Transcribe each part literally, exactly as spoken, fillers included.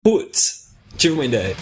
Putz, tive uma ideia.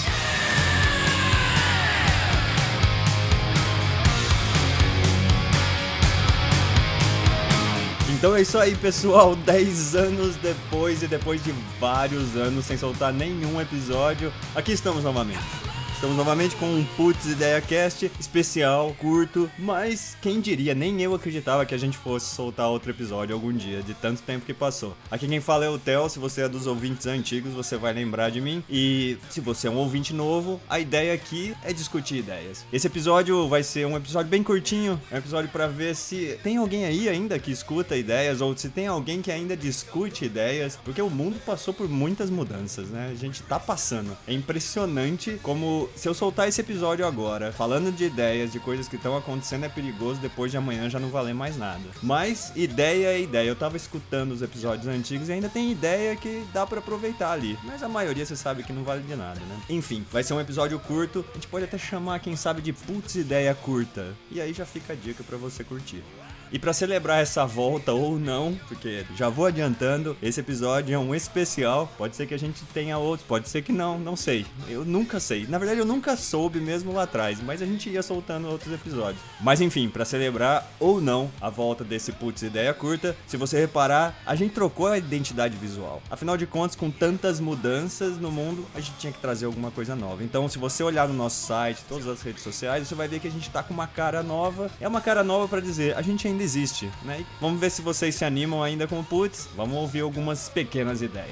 Então é isso aí, pessoal, dez anos depois e depois de vários anos sem soltar nenhum episódio, aqui estamos novamente. Estamos novamente com um Putz Ideia Cast especial, curto, mas quem diria, nem eu acreditava que a gente fosse soltar outro episódio algum dia, de tanto tempo que passou. Aqui quem fala é o Theo, se você é dos ouvintes antigos, você vai lembrar de mim. E se você é um ouvinte novo, a ideia aqui é discutir ideias. Esse episódio vai ser um episódio bem curtinho, é um episódio pra ver se tem alguém aí ainda que escuta ideias, ou se tem alguém que ainda discute ideias, porque o mundo passou por muitas mudanças, né? A gente tá passando. É impressionante como... Se eu soltar esse episódio agora, falando de ideias, de coisas que estão acontecendo, é perigoso depois de amanhã já não valer mais nada. Mas ideia é ideia. Eu tava escutando os episódios antigos e ainda tem ideia que dá pra aproveitar ali. Mas a maioria você sabe que não vale de nada, né? Enfim, vai ser um episódio curto. A gente pode até chamar, quem sabe, de Putz Ideia Curta. E aí já fica a dica pra você curtir. E pra celebrar essa volta ou não, porque já vou adiantando, esse episódio é um especial, pode ser que a gente tenha outros, pode ser que não, não sei, eu nunca sei, na verdade eu nunca soube mesmo lá atrás, mas a gente ia soltando outros episódios. Mas enfim, pra celebrar ou não a volta desse Putz Ideia Curta, se você reparar, a gente trocou a identidade visual, afinal de contas, com tantas mudanças no mundo, a gente tinha que trazer alguma coisa nova. Então se você olhar no nosso site, todas as redes sociais, você vai ver que a gente tá com uma cara nova, é uma cara nova pra dizer, a gente ainda existe, né? E vamos ver se vocês se animam ainda com o Putz. Vamos ouvir algumas pequenas ideias.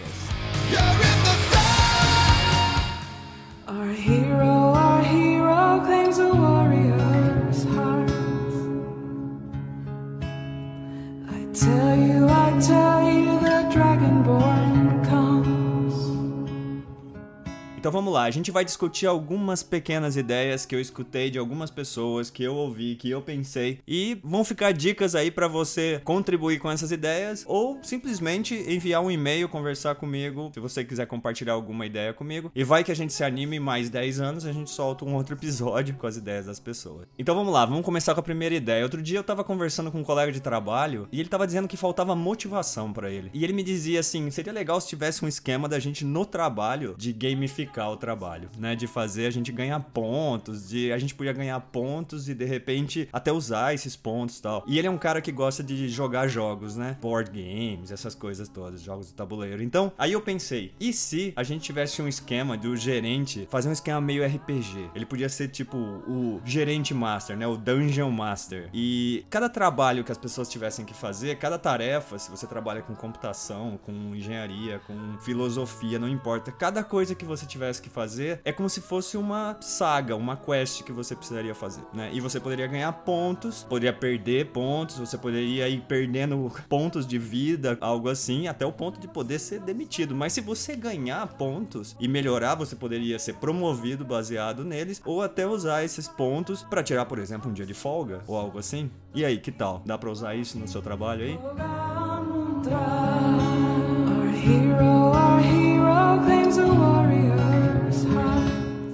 Our hero, our hero claims a warrior's heart. I tell you, I tell you, the Dragonborn comes. Então vamos lá, a gente vai discutir algumas pequenas ideias que eu escutei de algumas pessoas, que eu ouvi, que eu pensei, e vão ficar dicas aí pra você contribuir com essas ideias ou simplesmente enviar um e-mail, conversar comigo, se você quiser compartilhar alguma ideia comigo, e vai que a gente se anime, mais dez anos a gente solta um outro episódio com as ideias das pessoas. Então vamos lá, vamos começar com a primeira ideia. Outro dia eu tava conversando com um colega de trabalho e ele tava dizendo que faltava motivação pra ele. E ele me dizia assim, seria legal se tivesse um esquema da gente no trabalho de gamificar o trabalho, né, de fazer a gente ganhar pontos, de a gente podia ganhar pontos e de repente até usar esses pontos e tal. E ele é um cara que gosta de jogar jogos, né, board games, essas coisas todas, jogos de tabuleiro. Então, aí eu pensei, e se a gente tivesse um esquema do gerente fazer um esquema meio R P G? Ele podia ser tipo o gerente master, né, o dungeon master. E cada trabalho que as pessoas tivessem que fazer, cada tarefa, se você trabalha com computação, com engenharia, com filosofia, não importa, cada coisa que você tivesse que fazer é como se fosse uma saga, uma quest que você precisaria fazer, né? E você poderia ganhar pontos, poderia perder pontos, você poderia ir perdendo pontos de vida, algo assim, até o ponto de poder ser demitido. Mas se você ganhar pontos e melhorar, você poderia ser promovido baseado neles, ou até usar esses pontos pra tirar, por exemplo, um dia de folga ou algo assim. E aí, que tal? Dá pra usar isso no seu trabalho aí? Our hero, our hero claims a warrior's heart.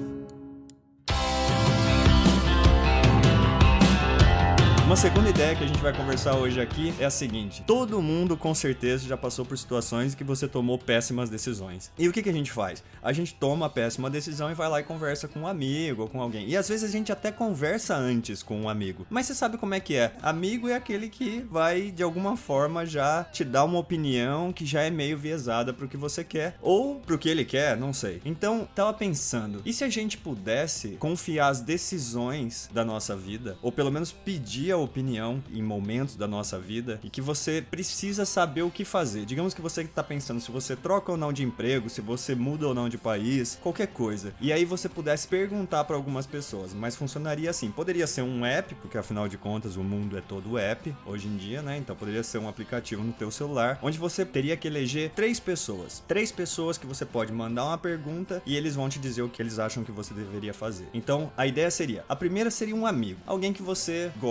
Uma segunda ideia que a gente vai conversar hoje aqui é a seguinte: todo mundo com certeza já passou por situações que você tomou péssimas decisões. E o que que a gente faz? A gente toma a péssima decisão e vai lá e conversa com um amigo ou com alguém. E às vezes a gente até conversa antes com um amigo. Mas você sabe como é que é? Amigo é aquele que vai de alguma forma já te dar uma opinião que já é meio viesada pro que você quer ou pro que ele quer, não sei. Então, tava pensando, e se a gente pudesse confiar as decisões da nossa vida, ou pelo menos pedir a opinião em momentos da nossa vida e que você precisa saber o que fazer. Digamos que você está pensando se você troca ou não de emprego, se você muda ou não de país, qualquer coisa. E aí você pudesse perguntar para algumas pessoas, mas funcionaria assim. Poderia ser um app, porque afinal de contas o mundo é todo app hoje em dia, né? Então poderia ser um aplicativo no teu celular, onde você teria que eleger três pessoas. Três pessoas que você pode mandar uma pergunta e eles vão te dizer o que eles acham que você deveria fazer. Então a ideia seria, a primeira seria um amigo, alguém que você gosta e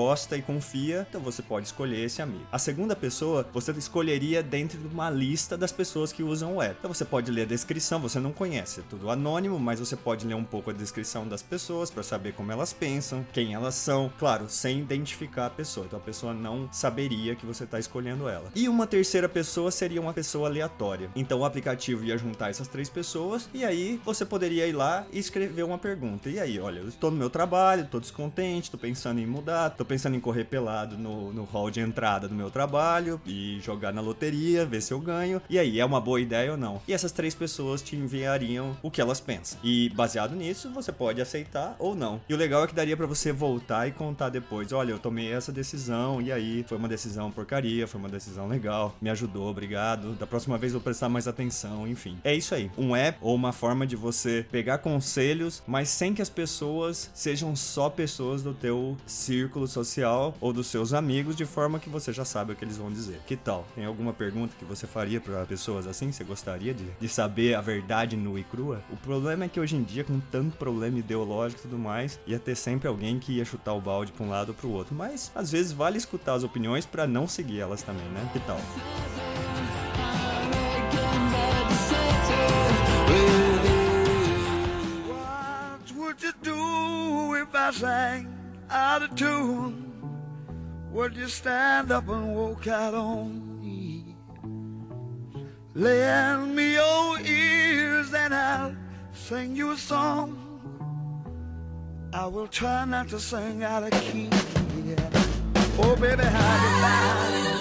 confia, então você pode escolher esse amigo. A segunda pessoa, você escolheria dentro de uma lista das pessoas que usam o app. Então você pode ler a descrição, você não conhece, é tudo anônimo, mas você pode ler um pouco a descrição das pessoas para saber como elas pensam, quem elas são, claro, sem identificar a pessoa, então a pessoa não saberia que você está escolhendo ela. E uma terceira pessoa seria uma pessoa aleatória. Então o aplicativo ia juntar essas três pessoas e aí você poderia ir lá e escrever uma pergunta. E aí, olha, eu estou no meu trabalho, estou descontente, estou pensando em mudar, estou pensando em correr pelado no, no hall de entrada do meu trabalho e jogar na loteria, ver se eu ganho. E aí, é uma boa ideia ou não? E essas três pessoas te enviariam o que elas pensam. E baseado nisso, você pode aceitar ou não. E o legal é que daria pra você voltar e contar depois, olha, eu tomei essa decisão e aí foi uma decisão porcaria, foi uma decisão legal, me ajudou, obrigado. Da próxima vez eu vou prestar mais atenção, enfim. É isso aí. Um app ou uma forma de você pegar conselhos, mas sem que as pessoas sejam só pessoas do teu círculo social ou dos seus amigos, de forma que você já sabe o que eles vão dizer. Que tal? Tem alguma pergunta que você faria pra pessoas assim? Você gostaria de, de saber a verdade nua e crua? O problema é que hoje em dia, com tanto problema ideológico e tudo mais, ia ter sempre alguém que ia chutar o balde pra um lado ou pro outro. Mas, às vezes, vale escutar as opiniões pra não seguir elas também, né? Que tal? What would you do if I sang out of tune? Would you stand up and walk out on me? Lend me your ears and I'll sing you a song. I will try not to sing out of key. Yeah. Oh baby, how you like?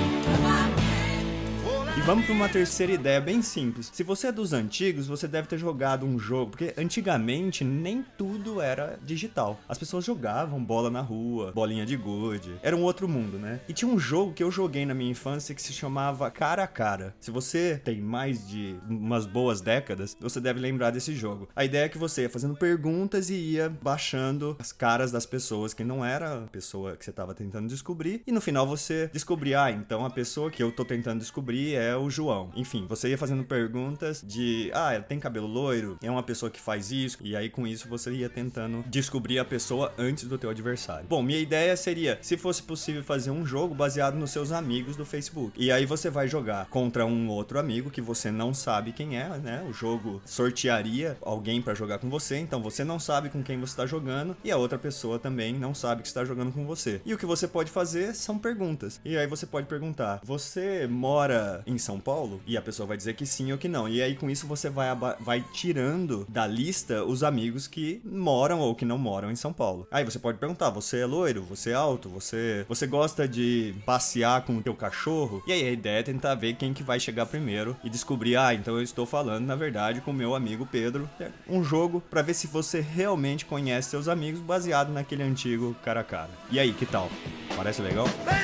E vamos para uma terceira ideia bem simples. Se você é dos antigos, você deve ter jogado um jogo, porque antigamente nem tudo era digital. As pessoas jogavam bola na rua, bolinha de gude. Era um outro mundo, né? E tinha um jogo que eu joguei na minha infância que se chamava Cara a Cara. Se você tem mais de umas boas décadas, você deve lembrar desse jogo. A ideia é que você ia fazendo perguntas e ia baixando as caras das pessoas que não era a pessoa que você estava tentando descobrir. E no final você descobria, ah, então a pessoa que eu tô tentando descobrir é o João. Enfim, você ia fazendo perguntas de, ah, ela tem cabelo loiro? É uma pessoa que faz isso? E aí com isso você ia tentando descobrir a pessoa antes do teu adversário. Bom, minha ideia seria, se fosse possível fazer um jogo baseado nos seus amigos do Facebook. E aí você vai jogar contra um outro amigo que você não sabe quem é, né? O jogo sortearia alguém pra jogar com você, então você não sabe com quem você tá jogando e a outra pessoa também não sabe que está jogando com você. E o que você pode fazer são perguntas. E aí você pode perguntar, você mora em São Paulo? E a pessoa vai dizer que sim ou que não. E aí com isso você vai, vai tirando da lista os amigos que moram ou que não moram em São Paulo. Aí você pode perguntar, você é loiro? Você é alto? Você, você gosta de passear com o teu cachorro? E aí a ideia é tentar ver quem que vai chegar primeiro e descobrir, ah, então eu estou falando na verdade com o meu amigo Pedro. É um jogo pra ver se você realmente conhece seus amigos baseado naquele antigo cara a cara. E aí, que tal? Parece legal?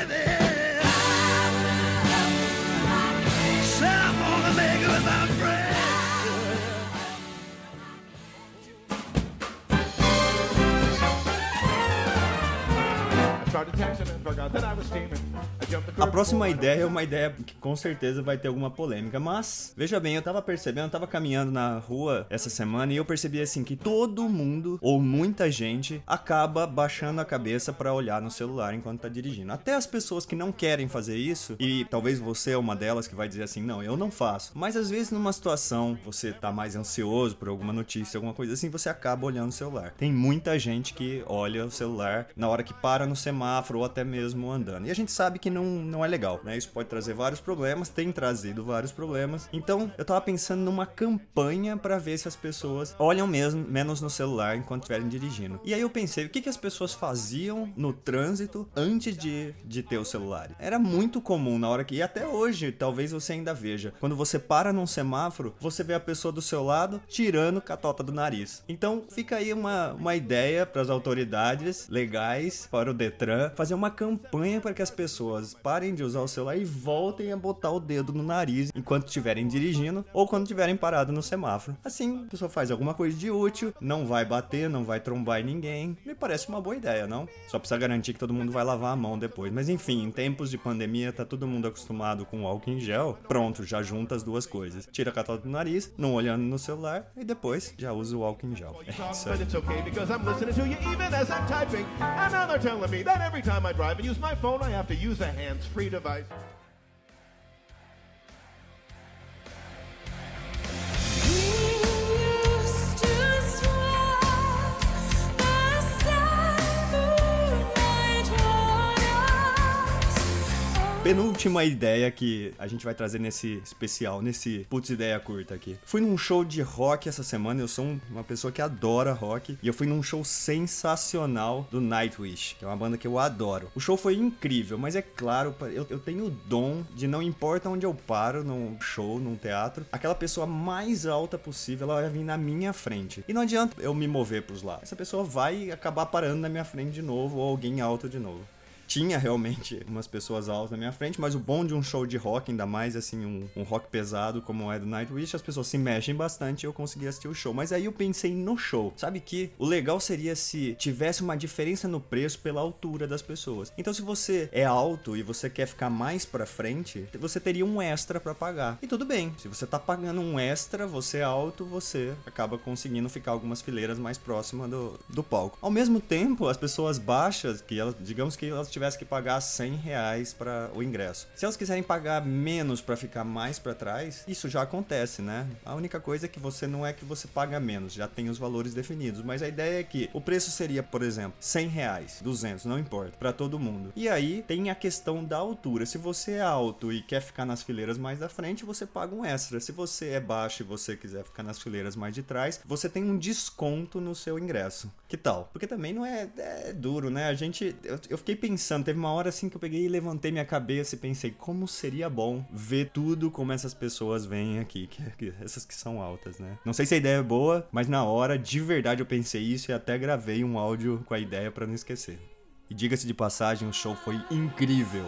A próxima ideia é uma ideia que com certeza vai ter alguma polêmica, mas veja bem, eu tava percebendo, eu tava caminhando na rua essa semana e eu percebi assim que todo mundo, ou muita gente, acaba baixando a cabeça pra olhar no celular enquanto tá dirigindo. Até as pessoas que não querem fazer isso, e talvez você é uma delas que vai dizer assim, não, eu não faço. Mas às vezes numa situação, você tá mais ansioso por alguma notícia, alguma coisa assim, você acaba olhando o celular. Tem muita gente que olha o celular na hora que para no semáforo ou até mesmo andando. E a gente sabe que não, não é legal, né? Isso pode trazer vários problemas, tem trazido vários problemas. Então, eu tava pensando numa campanha pra ver se as pessoas olham mesmo, menos no celular enquanto estiverem dirigindo. E aí eu pensei, o que, que as pessoas faziam no trânsito antes de, de ter o celular? Era muito comum na hora que, e até hoje, talvez você ainda veja, quando você para num semáforo, você vê a pessoa do seu lado tirando catota do nariz. Então, fica aí uma, uma ideia para as autoridades legais, para o Detran, fazer uma campanha para que as pessoas pessoas parem de usar o celular e voltem a botar o dedo no nariz enquanto estiverem dirigindo ou quando estiverem parados no semáforo. Assim, a pessoa faz alguma coisa de útil, não vai bater, não vai trombar em ninguém. Me parece uma boa ideia, não? Só precisa garantir que todo mundo vai lavar a mão depois. Mas enfim, em tempos de pandemia, tá todo mundo acostumado com o álcool em gel. Pronto, já junta as duas coisas. Tira a catota do nariz, não olhando no celular e depois já usa o álcool em gel. É isso aí. Penúltima ideia que a gente vai trazer nesse especial, nesse Putz Ideia Curta aqui. Fui num show de rock essa semana, eu sou uma pessoa que adora rock, e eu fui num show sensacional do Nightwish, que é uma banda que eu adoro. O show foi incrível, mas é claro, eu, eu tenho o dom de não importa onde eu paro, num show, num teatro, aquela pessoa mais alta possível, ela vai vir na minha frente. E não adianta eu me mover pros lados, essa pessoa vai acabar parando na minha frente de novo, ou alguém alto de novo. Tinha realmente umas pessoas altas na minha frente, mas o bom de um show de rock, ainda mais assim, um, um rock pesado como é do Nightwish, as pessoas se mexem bastante e eu consegui assistir o show. Mas aí eu pensei no show. Sabe que o legal seria se tivesse uma diferença no preço pela altura das pessoas. Então se você é alto e você quer ficar mais pra frente, você teria um extra pra pagar. E tudo bem, se você tá pagando um extra, você é alto, você acaba conseguindo ficar algumas fileiras mais próximas do, do palco. Ao mesmo tempo, as pessoas baixas, que elas, digamos que elas tivesse que pagar cem reais para o ingresso. Se elas quiserem pagar menos para ficar mais para trás, isso já acontece, né? A única coisa é que você não é que você paga menos, já tem os valores definidos, mas a ideia é que o preço seria, por exemplo, cem reais, duzentos, não importa, para todo mundo. E aí tem a questão da altura. Se você é alto e quer ficar nas fileiras mais da frente, você paga um extra. Se você é baixo e você quiser ficar nas fileiras mais de trás, você tem um desconto no seu ingresso. Que tal? Porque também não é, é duro, né? A gente, eu, eu fiquei pensando, teve uma hora assim que eu peguei e levantei minha cabeça e pensei, como seria bom ver tudo como essas pessoas vêm aqui, que, que, essas que são altas, né? Não sei se a ideia é boa, mas na hora, de verdade, eu pensei isso e até gravei um áudio com a ideia pra não esquecer. E diga-se de passagem, o show foi incrível.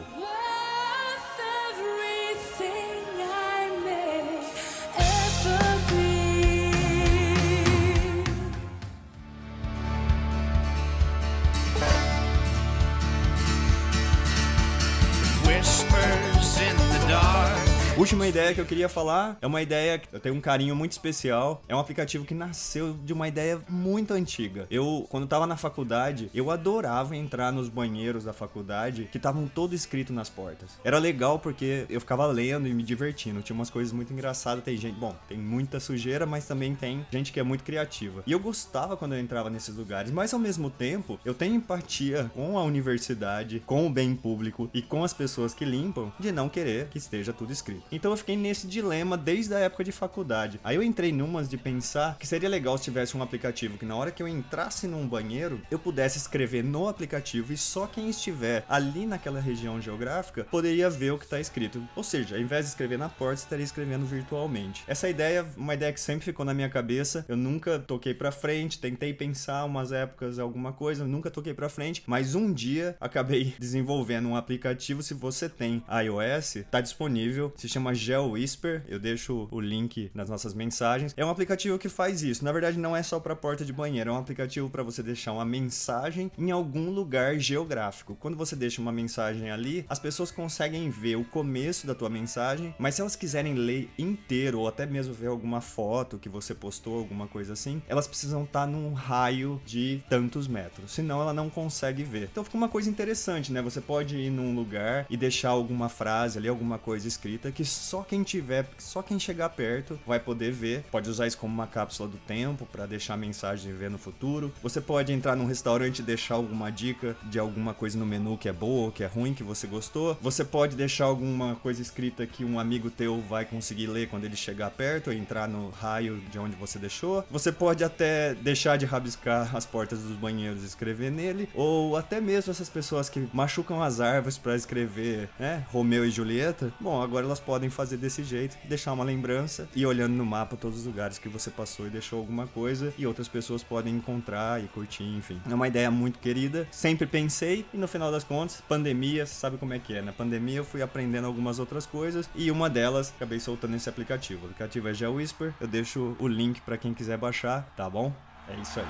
Última ideia que eu queria falar é uma ideia que eu tenho um carinho muito especial. É um aplicativo que nasceu de uma ideia muito antiga. Eu, quando tava na faculdade, eu adorava entrar nos banheiros da faculdade que estavam todos escritos nas portas. Era legal porque eu ficava lendo e me divertindo. Tinha umas coisas muito engraçadas. Tem gente, bom, tem muita sujeira, mas também tem gente que é muito criativa. E eu gostava quando eu entrava nesses lugares, mas ao mesmo tempo, eu tenho empatia com a universidade, com o bem público e com as pessoas que limpam, de não querer que esteja tudo escrito. Então eu fiquei nesse dilema desde a época de faculdade. Aí eu entrei numas de pensar que seria legal se tivesse um aplicativo que na hora que eu entrasse num banheiro, eu pudesse escrever no aplicativo e só quem estiver ali naquela região geográfica poderia ver o que está escrito. Ou seja, ao invés de escrever na porta, estaria escrevendo virtualmente. Essa ideia, uma ideia que sempre ficou na minha cabeça, eu nunca toquei pra frente, tentei pensar umas épocas alguma coisa, nunca toquei pra frente, mas um dia acabei desenvolvendo um aplicativo. Se você tem iOS, tá disponível, se chama GeoWhisper, eu deixo o link nas nossas mensagens. É um aplicativo que faz isso. Na verdade, não é só para porta de banheiro, é um aplicativo para você deixar uma mensagem em algum lugar geográfico. Quando você deixa uma mensagem ali, as pessoas conseguem ver o começo da tua mensagem, mas se elas quiserem ler inteiro ou até mesmo ver alguma foto que você postou, alguma coisa assim, elas precisam estar num raio de tantos metros, senão ela não consegue ver. Então fica uma coisa interessante, né? Você pode ir num lugar e deixar alguma frase ali, alguma coisa escrita que só quem tiver, só quem chegar perto vai poder ver. Pode usar isso como uma cápsula do tempo para deixar a mensagem de ver no futuro. Você pode entrar num restaurante e deixar alguma dica de alguma coisa no menu que é boa ou que é ruim, que você gostou. Você pode deixar alguma coisa escrita que um amigo teu vai conseguir ler quando ele chegar perto ou entrar no raio de onde você deixou. Você pode até deixar de rabiscar as portas dos banheiros e escrever nele, ou até mesmo essas pessoas que machucam as árvores para escrever, né, Romeu e Julieta. Bom, agora elas podem podem fazer desse jeito, deixar uma lembrança e olhando no mapa todos os lugares que você passou e deixou alguma coisa e outras pessoas podem encontrar e curtir, enfim. É uma ideia muito querida, sempre pensei e no final das contas, pandemia, você sabe como é que é, na pandemia eu fui aprendendo algumas outras coisas e uma delas, acabei soltando esse aplicativo. O aplicativo é GeoWhisper, eu deixo o link pra quem quiser baixar, tá bom? É isso aí.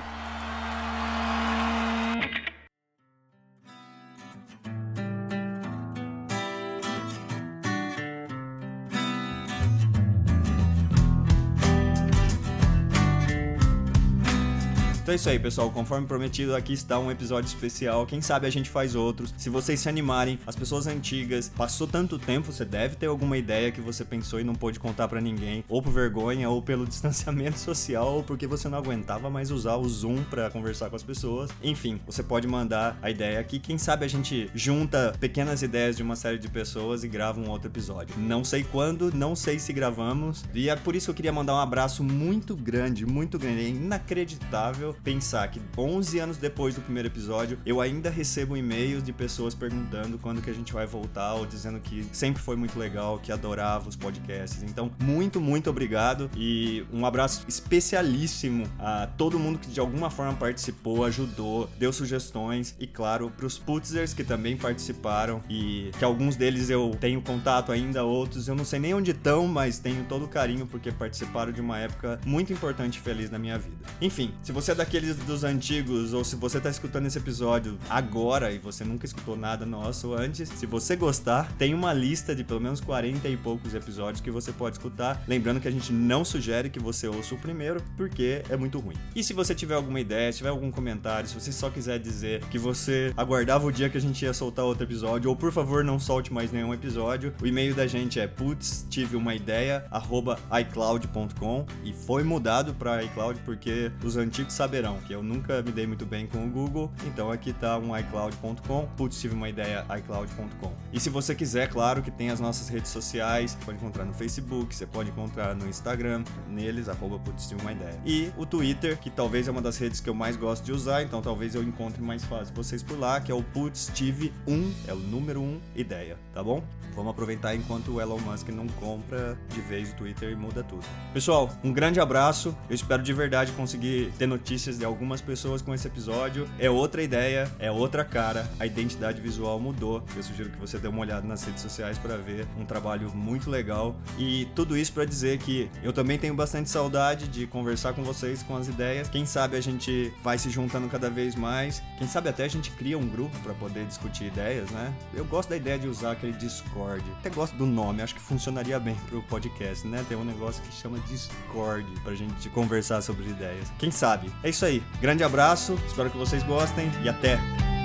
Então é isso aí, pessoal, conforme prometido, aqui está um episódio especial, quem sabe a gente faz outros. Se vocês se animarem, as pessoas antigas, passou tanto tempo, você deve ter alguma ideia que você pensou e não pôde contar pra ninguém, ou por vergonha, ou pelo distanciamento social, ou porque você não aguentava mais usar o Zoom pra conversar com as pessoas. Enfim, você pode mandar a ideia aqui, quem sabe a gente junta pequenas ideias de uma série de pessoas e grava um outro episódio. Não sei quando, não sei se gravamos, e é por isso que eu queria mandar um abraço muito grande, muito grande, é inacreditável pensar que onze anos depois do primeiro episódio, eu ainda recebo e-mails de pessoas perguntando quando que a gente vai voltar, ou dizendo que sempre foi muito legal, que adorava os podcasts. Então, muito, muito obrigado e um abraço especialíssimo a todo mundo que de alguma forma participou, ajudou, deu sugestões e, claro, pros putzers que também participaram e que alguns deles eu tenho contato ainda, outros eu não sei nem onde estão, mas tenho todo o carinho porque participaram de uma época muito importante e feliz na minha vida. Enfim, se você é daqueles dos antigos, ou se você tá escutando esse episódio agora e você nunca escutou nada nosso antes, se você gostar, tem uma lista de pelo menos quarenta e poucos episódios que você pode escutar, lembrando que a gente não sugere que você ouça o primeiro, porque é muito ruim. E se você tiver alguma ideia, se tiver algum comentário, se você só quiser dizer que você aguardava o dia que a gente ia soltar outro episódio, ou por favor não solte mais nenhum episódio, o e-mail da gente é putz, tive uma ideia, arroba icloud ponto com, e foi mudado pra iCloud porque os antigos saberão que eu nunca me dei muito bem com o Google, então aqui tá um icloud ponto com, putz, tive uma ideia, icloud ponto com. E se você quiser, claro que tem as nossas redes sociais, você pode encontrar no Facebook, você pode encontrar no Instagram, neles, arroba putz, tive uma ideia. E o Twitter, que talvez é uma das redes que eu mais gosto de usar, então talvez eu encontre mais fácil vocês por lá, que é o putz, tive um, é o número um, ideia, tá bom? Vamos aproveitar enquanto o Elon Musk não compra de vez o Twitter e muda tudo. Pessoal, um grande abraço, eu espero de verdade conseguir ter notícias de algumas pessoas com esse episódio. É outra ideia, é outra cara, a identidade visual mudou. Eu sugiro que você dê uma olhada nas redes sociais para ver um trabalho muito legal. E tudo isso para dizer que eu também tenho bastante saudade de conversar com vocês, com as ideias. Quem sabe a gente vai se juntando cada vez mais. Quem sabe até a gente cria um grupo para poder discutir ideias, né? Eu gosto da ideia de usar aquele Discord. Até gosto do nome, acho que funcionaria bem pro podcast, né? Tem um negócio que chama Discord pra gente conversar sobre ideias. Quem sabe? É isso aí. Grande abraço, espero que vocês gostem e até!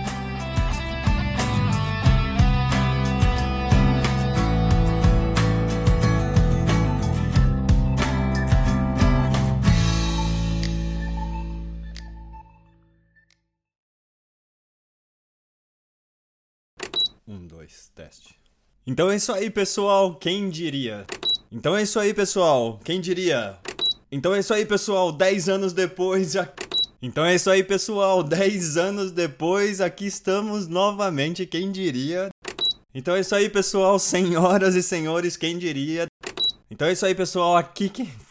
Um, dois, teste. Então é isso aí, pessoal, quem diria? Então é isso aí, pessoal, quem diria? Então é isso aí, pessoal, dez anos depois já... Então é isso aí, pessoal, dez anos depois, aqui estamos novamente, quem diria? Então é isso aí, pessoal, senhoras e senhores, quem diria? Então é isso aí, pessoal, aqui quem...